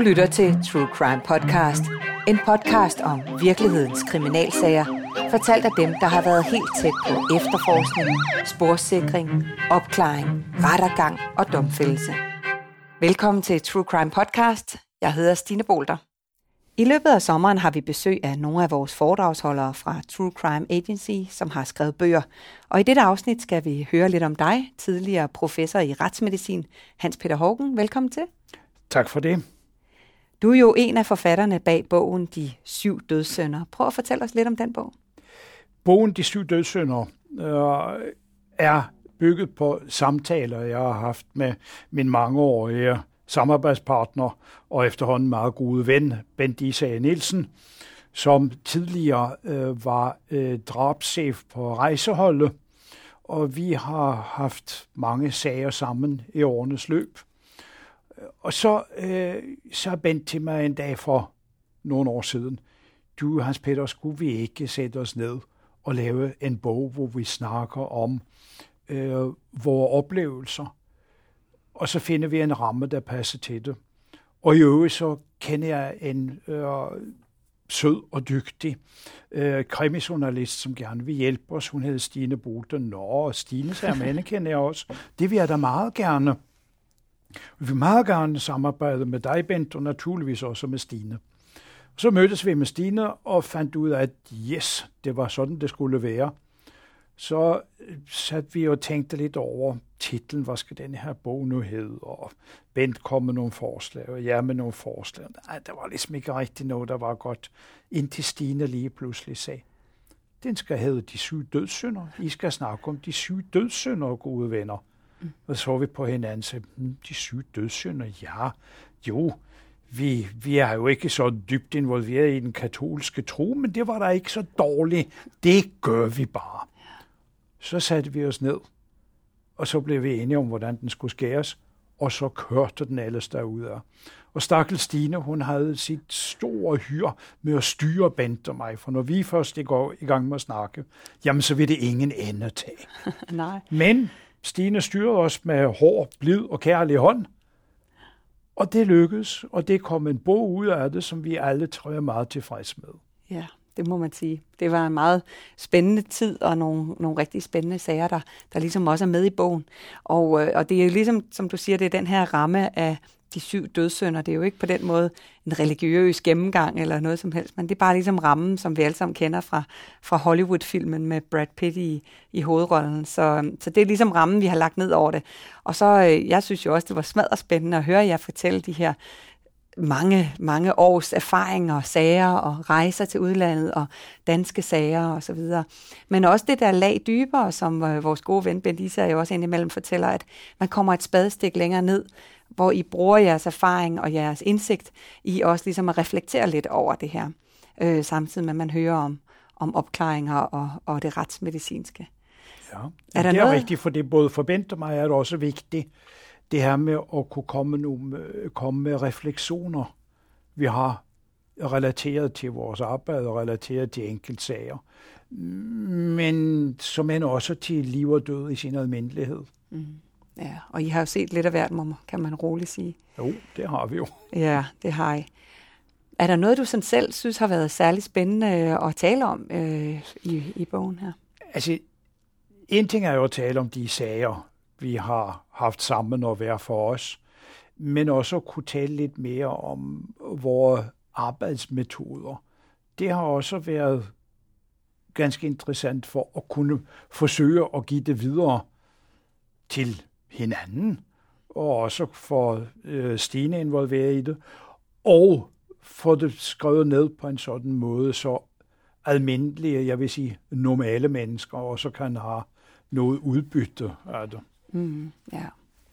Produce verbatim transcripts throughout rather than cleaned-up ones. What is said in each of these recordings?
lytter til True Crime Podcast. En podcast om virkelighedens kriminalsager, fortalt af dem, der har været helt tæt på efterforskning, sporsikring, opklaring, rettergang og domfældelse. Velkommen til True Crime Podcast. Jeg hedder Stine Bolter. I løbet af sommeren har vi besøg af nogle af vores foredragsholdere fra True Crime Agency, som har skrevet bøger. Og i dette afsnit skal vi høre lidt om dig, tidligere professor i retsmedicin, Hans Peter Haugen. Velkommen til. Tak for det. Du er jo en af forfatterne bag bogen De syv dødssynder. Prøv at fortælle os lidt om den bog. Bogen De syv dødssynder øh, er bygget på samtaler, jeg har haft med min mangeårige samarbejdspartner og efterhånden meget gode ven, Bent Isager Nielsen, som tidligere øh, var øh, drabschef på rejseholdet, og vi har haft mange sager sammen i årenes løb. Og så øh, så Bent til mig en dag for nogle år siden, du, Hans Peter, skulle vi ikke sætte os ned og lave en bog, hvor vi snakker om øh, vores oplevelser, og så finder vi en ramme, der passer til det. Og i øvrigt så kender jeg en øh, sød og dygtig øh, krimijournalist, som gerne vil hjælpe os. Hun hedder Stine Bolter. Nå, Stine Sermane kender jeg også. Det vil jeg da meget gerne. Vi vil meget gerne samarbejde med dig, Bent, og naturligvis også med Stine. Så mødtes vi med Stine og fandt ud af, at yes, det var sådan, det skulle være. Så satte vi og tænkte lidt over titlen, hvad skal den her bog nu hedde, og Bent kom med nogle forslag, og jeg med nogle forslag. Nej, der var ligesom ikke rigtig noget, der var godt, indtil Stine lige pludselig sagde, den skal hedde De syv dødssynder. I skal snakke om de syv dødssynder, gode venner. Mm. Og så vi på hinanden og sagde, hm, de syv dødssynder, ja, jo, vi, vi er jo ikke så dybt involveret i den katolske tro, men det var da ikke så dårligt. Det gør vi bare. Så satte vi os ned, og så blev vi enige om, hvordan den skulle skæres, og så kørte den ellers derudad. Og stakkels Stine, hun havde sit store hyr med at styre Bent og mig, for når vi først går i gang med at snakke, jamen så vil det ingen ende tage. Nej. Men Stine styrede os med hård, blid og kærlig hånd, og det lykkedes, og det kom en bog ud af det, som vi alle tre er meget tilfredse med. Ja. Det må man sige. Det var en meget spændende tid, og nogle, nogle rigtig spændende sager, der, der ligesom også er med i bogen. Og, øh, og det er jo ligesom, som du siger, det er den her ramme af de syv dødssynder. Det er jo ikke på den måde en religiøs gennemgang eller noget som helst, men det er bare ligesom rammen, som vi alle sammen kender fra, fra Hollywood-filmen med Brad Pitt i, i hovedrollen. Så, så det er ligesom rammen, vi har lagt ned over det. Og så, øh, jeg synes jo også, det var smadret spændende at høre jer fortælle de her mange, mange års erfaringer og sager og rejser til udlandet og danske sager og så videre. Men også det der lag dybere, som øh, vores gode ven Bent Isager jo også indimellem fortæller, at man kommer et spadestik længere ned, hvor I bruger jeres erfaring og jeres indsigt i også ligesom at reflektere lidt over det her, øh, samtidig med at man hører om, om opklaringer og, og det retsmedicinske. Ja, er det er noget? Rigtigt, for det både for Bent og mig er det også vigtigt, det her med at kunne komme, nogle, komme med refleksioner, vi har relateret til vores arbejde og relateret til enkeltsager, men som end også til liv og død i sin almindelighed. Mm. Ja, og I har jo set lidt af hvert, kan man roligt sige. Jo, det har vi jo. Ja, det har I. Er der noget, du sådan selv synes har været særlig spændende at tale om øh, i, i bogen her? Altså, en ting er jo at tale om de sager, vi har haft sammen og hver for os, men også at kunne tale lidt mere om vores arbejdsmetoder. Det har også været ganske interessant for at kunne forsøge at give det videre til hinanden, og også for øh, Stine involveret i det, og få det skrevet ned på en sådan måde, så almindelige, jeg vil sige normale mennesker også kan have noget udbytte af det. Mm, ja.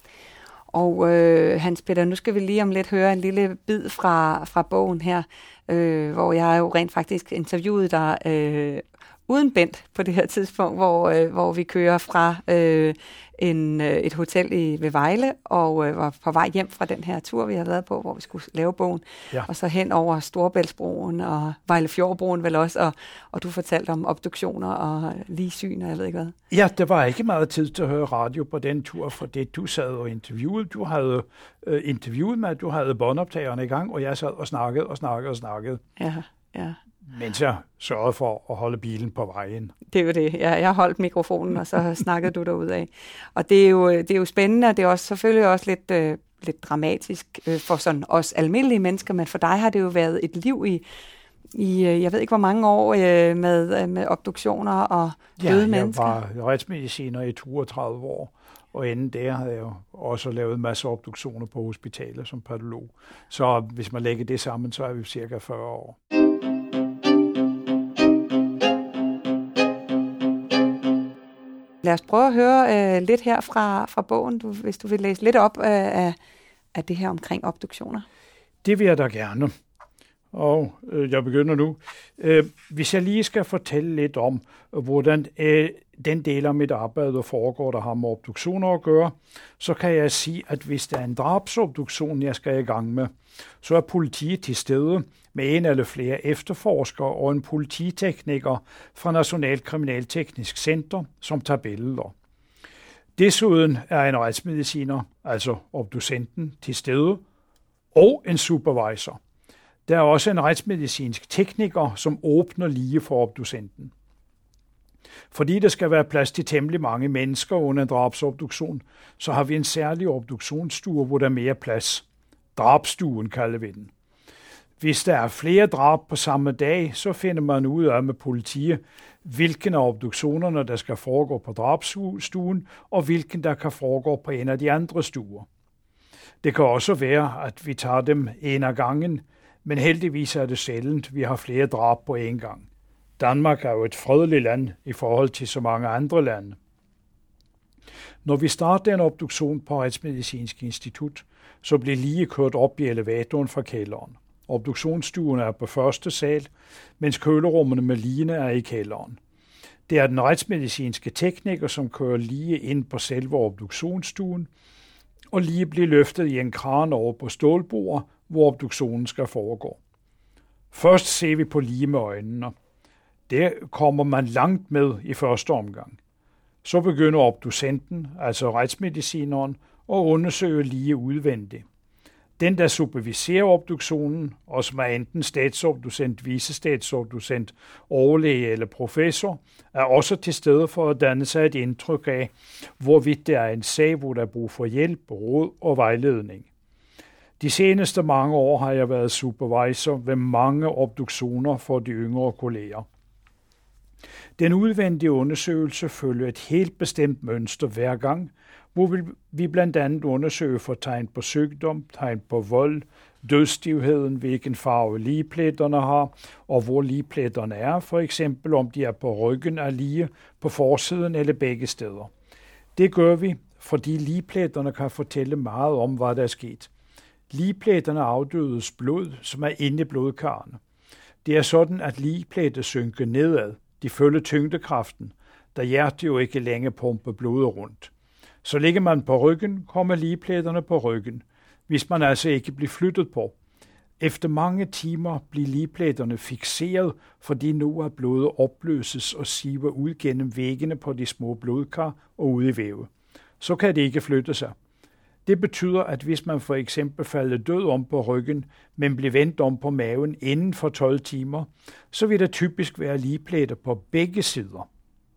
Og øh, Hans Peter, nu skal vi lige om lidt høre en lille bid fra, fra bogen her, øh, hvor jeg jo rent faktisk interviewede dig øh, uden Bent på det her tidspunkt, hvor, øh, hvor vi kører fra øh, en, øh, et hotel i, ved Vejle, og øh, var på vej hjem fra den her tur, vi havde været på, hvor vi skulle lave bogen, ja. Og så hen over Storebæltsbroen og Vejlefjordbroen vel også, og, og du fortalte om obduktioner og ligesyn, og jeg ved ikke hvad. Ja, det var ikke meget tid til at høre radio på den tur, for det du sad og interviewede. Du havde øh, interviewet mig, du havde båndoptagerne i gang, og jeg sad og snakkede og snakkede og snakkede. Ja, ja. Mens jeg sørgede for at holde bilen på vejen. Det er jo det. Jeg, jeg holdt mikrofonen, og så snakkede du derudad. Og det er, jo, det er jo spændende, og det er også, selvfølgelig også lidt, øh, lidt dramatisk øh, for sådan os almindelige mennesker, men for dig har det jo været et liv i, i øh, jeg ved ikke hvor mange år, øh, med, øh, med obduktioner og døde ja, mennesker. Ja, jeg var retsmediciner i toogtredive år, og inden det havde jeg også lavet masser af obduktioner på hospitaler som patolog. Så hvis man lægger det sammen, så er vi cirka fyrre år. Lad os prøve at høre øh, lidt her fra, fra bogen, du, hvis du vil læse lidt op øh, af, af det her omkring obduktioner. Det vil jeg da gerne. Og øh, jeg begynder nu. Øh, hvis jeg lige skal fortælle lidt om, hvordan øh, den del af mit arbejde foregår, der har med obduktioner at gøre, så kan jeg sige, at hvis der er en drabsobduktion, jeg skal i gang med, så er politiet til stede med en eller flere efterforskere og en polititekniker fra National Kriminalteknisk Center, som tager billeder. Desuden er en retsmediciner, altså obducenten, til stede, og en supervisor. Der er også en retsmedicinsk tekniker, som åbner lige for obducenten. Fordi der skal være plads til temmelig mange mennesker under en drabsobduktion, så har vi en særlig obduktionsstue, hvor der er mere plads. Drabstuen kalder vi den. Hvis der er flere drab på samme dag, så finder man ud af med politiet, hvilken af obduktionerne, der skal foregå på drabstuen, og hvilken der kan foregå på en af de andre stuer. Det kan også være, at vi tager dem en af gangen, men heldigvis er det sjældent, vi har flere drab på én gang. Danmark er jo et fredeligt land i forhold til så mange andre lande. Når vi starter en obduktion på Retsmedicinsk Institut, så bliver lige kørt op i elevatoren fra kælderen. Obduktionsstuen er på første sal, mens kølerummene med ligene er i kælderen. Det er den retsmedicinske tekniker, som kører lige ind på selve obduktionsstuen, og lige bliver løftet i en kran over på stålbord, hvor obduktionen skal foregå. Først ser vi på lige med øjnene. Det kommer man langt med i første omgang. Så begynder obducenten, altså retsmedicineren, at undersøge lige udvendigt. Den, der superviserer obduktionen, og som er enten statsobducent, vicestatsobducent, overlæge eller professor, er også til stede for at danne sig et indtryk af, hvorvidt det er en sag, hvor der er brug for hjælp, råd og vejledning. De seneste mange år har jeg været supervisor ved mange obduktioner for de yngre kolleger. Den udvendige undersøgelse følger et helt bestemt mønster hver gang, hvor vi blandt andet undersøger for tegn på sygdom, tegn på vold, dødsstivheden, hvilken farve ligepletterne har, og hvor ligepletterne er, for eksempel om de er på ryggen af lige, på forsiden eller begge steder. Det gør vi, fordi ligepletterne kan fortælle meget om, hvad der er sket. Ligepletterne afdødes blod, som er inde i blodkarrene. Det er sådan, at ligepletter synker nedad. De følger tyngdekraften, da hjertet jo ikke længere pumper blodet rundt. Så ligger man på ryggen, kommer ligepletterne på ryggen, hvis man altså ikke bliver flyttet på. Efter mange timer bliver ligepletterne fikseret, fordi nu er blodet opløses og siver ud gennem væggene på de små blodkar og ud i vævet. Så kan det ikke flytte sig. Det betyder, at hvis man for eksempel falder død om på ryggen, men bliver vendt om på maven inden for tolv timer, så vil der typisk være ligepletter på begge sider.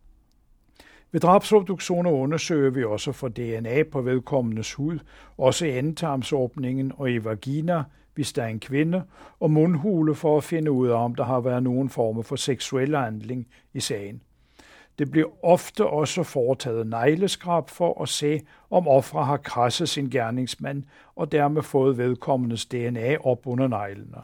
Ved drabsobduktioner undersøger vi også for D N A på vedkommendes hud, også i endetarmsåbningen og i vagina, hvis der er en kvinde, og mundhule for at finde ud af, om der har været nogen form for seksuel handling i sagen. Det bliver ofte også foretaget negleskrab for at se, om ofre har krasset sin gerningsmand og dermed fået vedkommendes D N A op under neglene.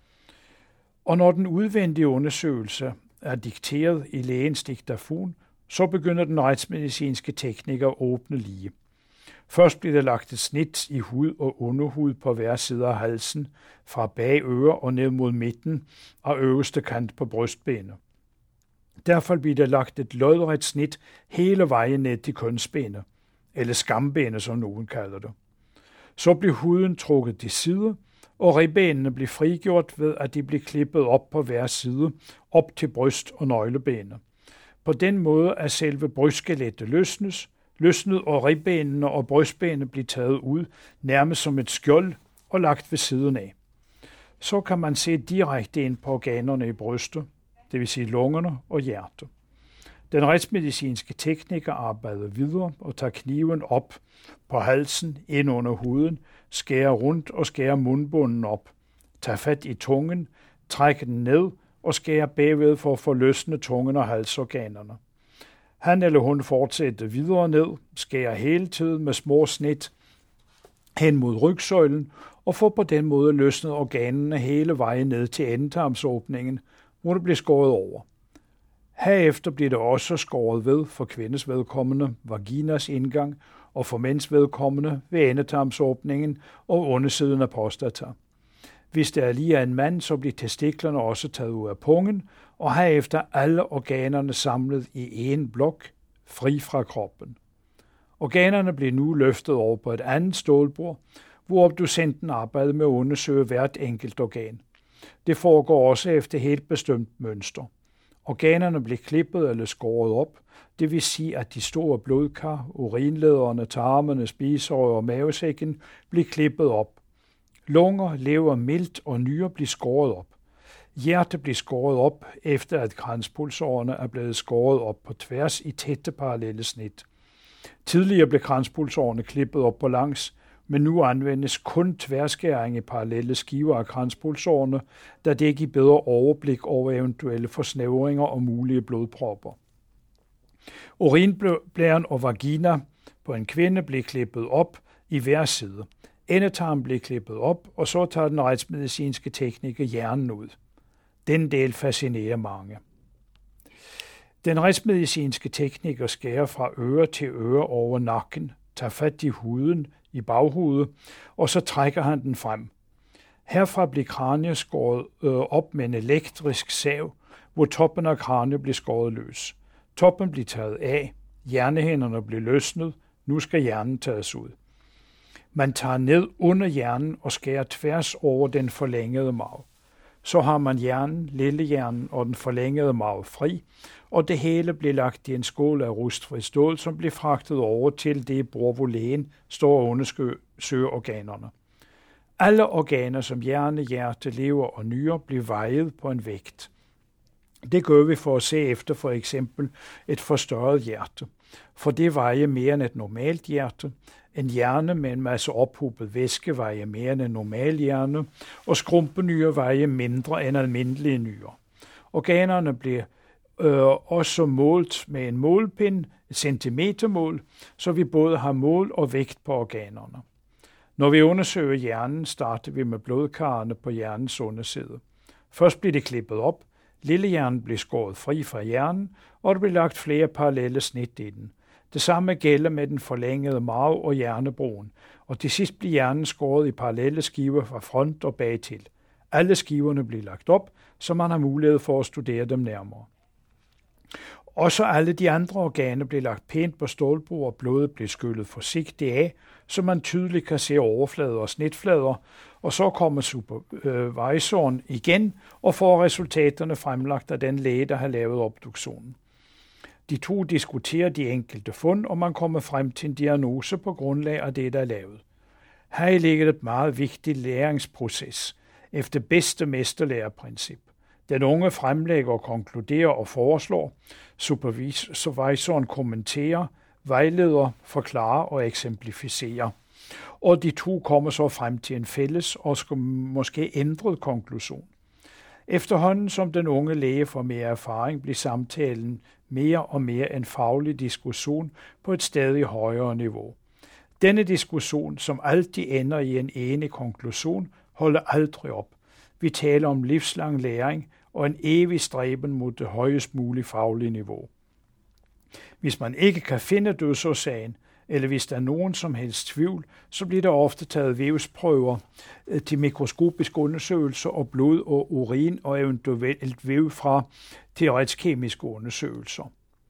Og når den udvendige undersøgelse er dikteret i lægens diktafon, så begynder den retsmedicinske tekniker at åbne lige. Først bliver der lagt et snit i hud og underhud på hver side af halsen, fra bag øre og ned mod midten af øverste kant på brystbenet. Derfor bliver der lagt et lodret snit hele vejen ned til kønsbenet, eller skambenet, som nogen kalder det. Så bliver huden trukket til side, og ribbenene bliver frigjort ved, at de bliver klippet op på hver side, op til bryst- og nøglebenet. På den måde er selve brystskelettet løsnes, løsnet, og ribbenene og brystbenet bliver taget ud, nærmest som et skjold og lagt ved siden af. Så kan man se direkte ind på organerne i brystet, det vil sige lungerne og hjertet. Den retsmedicinske tekniker arbejder videre og tager kniven op på halsen, ind under huden, skærer rundt og skærer mundbunden op, tager fat i tungen, trækker den ned og skærer bagved for at få løsnet tungen og halsorganerne. Han eller hun fortsætter videre ned, skærer hele tiden med små snit hen mod rygsøjlen og får på den måde løsnet organerne hele vejen ned til endetarmsåbningen, hvor det bliver skåret over. Herefter bliver det også skåret ved for kvindes vedkommende vaginas indgang og for mænds vedkommende ved endetarmsåbningen og undersiden af prostata. Hvis det er lige en mand, så bliver testiklerne også taget ud af pungen, og herefter alle organerne samlet i en blok, fri fra kroppen. Organerne bliver nu løftet over på et andet stålbord, hvor docenten arbejder med at undersøge hvert enkelt organ. Det foregår også efter helt bestemt mønster. Organerne bliver klippet eller skåret op, det vil sige, at de store blodkar, urinlederne, tarmene, spiseåret og mavesækken bliver klippet op. Lunger, lever, milt og nyrer bliver skåret op. Hjertet bliver skåret op, efter at kranspulsårene er blevet skåret op på tværs i tætte parallelle snit. Tidligere blev kranspulsårene klippet op på langs, men nu anvendes kun tværskæring i parallelle skiver af kranspulsårene, da det giver bedre overblik over eventuelle forsnævringer og mulige blodpropper. Urinblæren og vagina på en kvinde bliver klippet op i hver side. Endetarmen bliver klippet op, og så tager den retsmedicinske tekniker hjernen ud. Den del fascinerer mange. Den retsmedicinske tekniker skærer fra øre til øre over nakken, tager fat i huden i baghovedet, og så trækker han den frem. Herfra bliver kraniet skåret øh, op med en elektrisk sav, hvor toppen af kraniet bliver skåret løs. Toppen bliver taget af, hjernehænderne bliver løsnet, nu skal hjernen tages ud. Man tager ned under hjernen og skærer tværs over den forlængede marv. Så har man hjernen, lillehjernen og den forlængede marv fri, og det hele bliver lagt i en skål af rustfri stål, som bliver fragtet over til det bord, hvor lægen står og undersøger organerne. Alle organer som hjerne, hjerte, lever og nyre bliver vejet på en vægt. Det gør vi for at se efter for eksempel et forstørret hjerte, for det vejer mere end et normalt hjerte. En hjerne med en masse ophobet væske vejer mere end en normal hjerne, og skrumpenyrer vejer mindre end almindelige nyrer. Organerne bliver øh, også målt med en målpind, et centimetermål, så vi både har mål og vægt på organerne. Når vi undersøger hjernen, starter vi med blodkarrene på hjernens underside. Først bliver det klippet op, lillehjernen bliver skåret fri fra hjernen, og der bliver lagt flere parallelle snit i den. Det samme gælder med den forlængede marv og hjernebroen, og til sidst bliver hjernen skåret i parallelle skiver fra front og bag til. Alle skiverne bliver lagt op, så man har mulighed for at studere dem nærmere. Også alle de andre organer bliver lagt pænt på stålbord, og blodet bliver skyllet forsigtigt af, så man tydeligt kan se overflader og snitflader, og så kommer supervisoren igen og får resultaterne fremlagt af den læge, der har lavet obduktionen. De to diskuterer de enkelte fund, og man kommer frem til en diagnose på grundlag af det, der er lavet. Her ligger et meget vigtigt læringsproces efter bedste mesterlæreprincip. Den unge fremlægger, konkluderer og foreslår, supervisoren kommenterer, vejleder, forklarer og eksemplificerer. Og de to kommer så frem til en fælles og måske ændret konklusion. Efterhånden som den unge læge får mere erfaring, bliver samtalen mere og mere en faglig diskussion på et stadig højere niveau. Denne diskussion, som altid ender i en enig konklusion, holder aldrig op. Vi taler om livslang læring og en evig stræben mod det højest mulige faglige niveau. Hvis man ikke kan finde dødsårsagen, eller hvis der er nogen som helst tvivl, så bliver der ofte taget vævsprøver til mikroskopiske undersøgelser og blod og urin og eventuelt væv fra teoretisk-kemiske undersøgelser.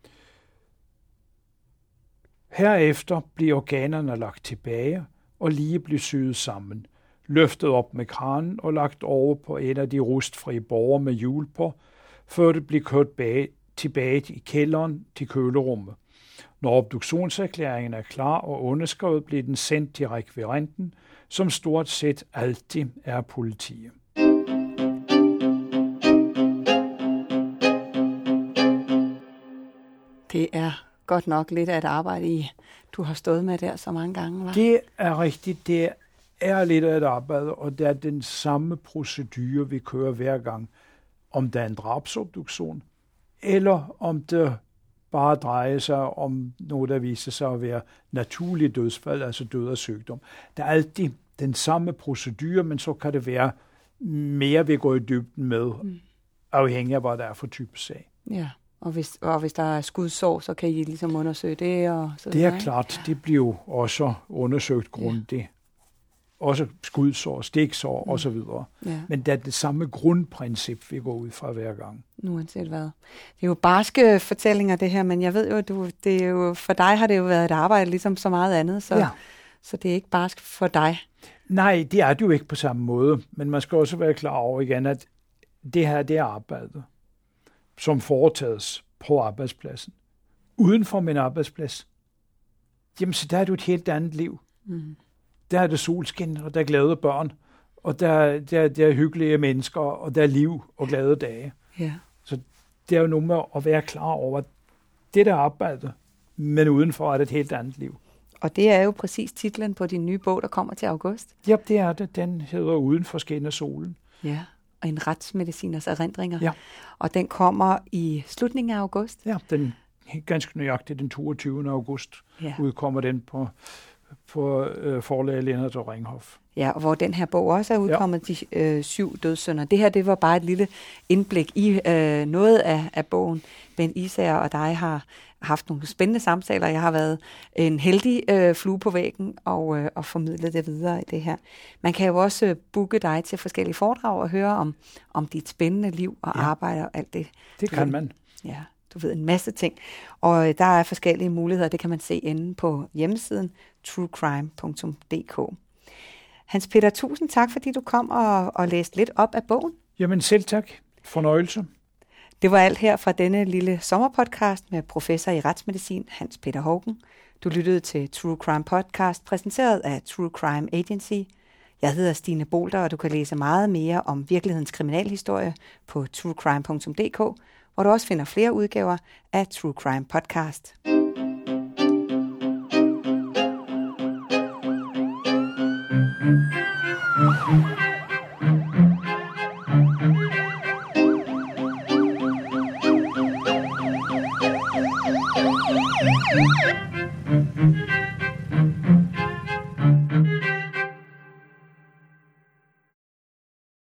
Herefter bliver organerne lagt tilbage og lige bliver syet sammen, løftet op med kranen og lagt over på en af de rustfrie borger med hjul på, før det bliver kørt bag, tilbage i kælderen til kølerummet. Når obduktionserklæringen er klar og underskrevet, bliver den sendt til rekvirenten, som stort set altid er politiet. Det er godt nok lidt af et arbejde, i du har stået med der så mange gange, hva'? Det er rigtigt. Det er lidt af et arbejde, og det er den samme procedure, vi kører hver gang, om der er en drabsobduktion, eller om det bare drejer sig om noget, der viser sig at være naturlig dødsfald, altså død af sygdom. Der er altid den samme procedure, men så kan det være mere, vi går i dybden med, mm. afhængig af, hvad der er for type sag. Ja, og hvis, og hvis der er skudsår, så kan I ligesom undersøge det? Og så det er der, klart, det bliver jo også undersøgt grundigt. Ja. Også skudsår, stiksår mm. osv. Ja. Men det er det samme grundprincip, vi går ud fra hver gang. Uanset hvad. Det er jo barske fortællinger, det her, men jeg ved jo, du, det er jo, for dig har det jo været et arbejde, ligesom så meget andet, så, ja. så det er ikke barsk for dig. Nej, det er det jo ikke på samme måde, men man skal også være klar over igen, at det her, det er arbejde, som foretages på arbejdspladsen. Uden for min arbejdsplads, jamen så der er det jo et helt andet liv. Mm. Der er det solskin, og der er glade børn, og der, der, der er hyggelige mennesker, og der er liv og glade dage. Ja. Så det er jo noget med at være klar over, at det der arbejde, men udenfor er det et helt andet liv. Og det er jo præcis titlen på din nye bog, der kommer til august. Ja, det er det. Den hedder Uden for skin af solen. Ja, og en retsmediciners erindringer. Ja. Og den kommer i slutningen af august. Ja, den ganske nøjagtigt den toogtyvende august ja. udkommer den på på øh, forlag Lennart og Ringhof. Ja, og hvor den her bog også er udkommet, ja. de øh, syv dødssynder. Det her, det var bare et lille indblik i øh, noget af, af bogen. Ben Isager og dig har haft nogle spændende samtaler. Jeg har været en heldig øh, flue på væggen og, øh, og formidlet det videre i det her. Man kan jo også øh, booke dig til forskellige foredrag og høre om, om dit spændende liv og ja. arbejde og alt det. Det kan man. Ja, du ved en masse ting. Og øh, der er forskellige muligheder, det kan man se inde på hjemmesiden true crime punktum d k. Hans Peter, tusind tak, fordi du kom og, og læste lidt op af bogen. Jamen selv tak. Fornøjelse. Det var alt her fra denne lille sommerpodcast med professor i retsmedicin Hans Peter Haugen. Du lyttede til True Crime Podcast, præsenteret af True Crime Agency. Jeg hedder Stine Bolter, og du kan læse meget mere om virkelighedens kriminalhistorie på true crime punktum d k, hvor du også finder flere udgaver af True Crime Podcast. Mm-hmm.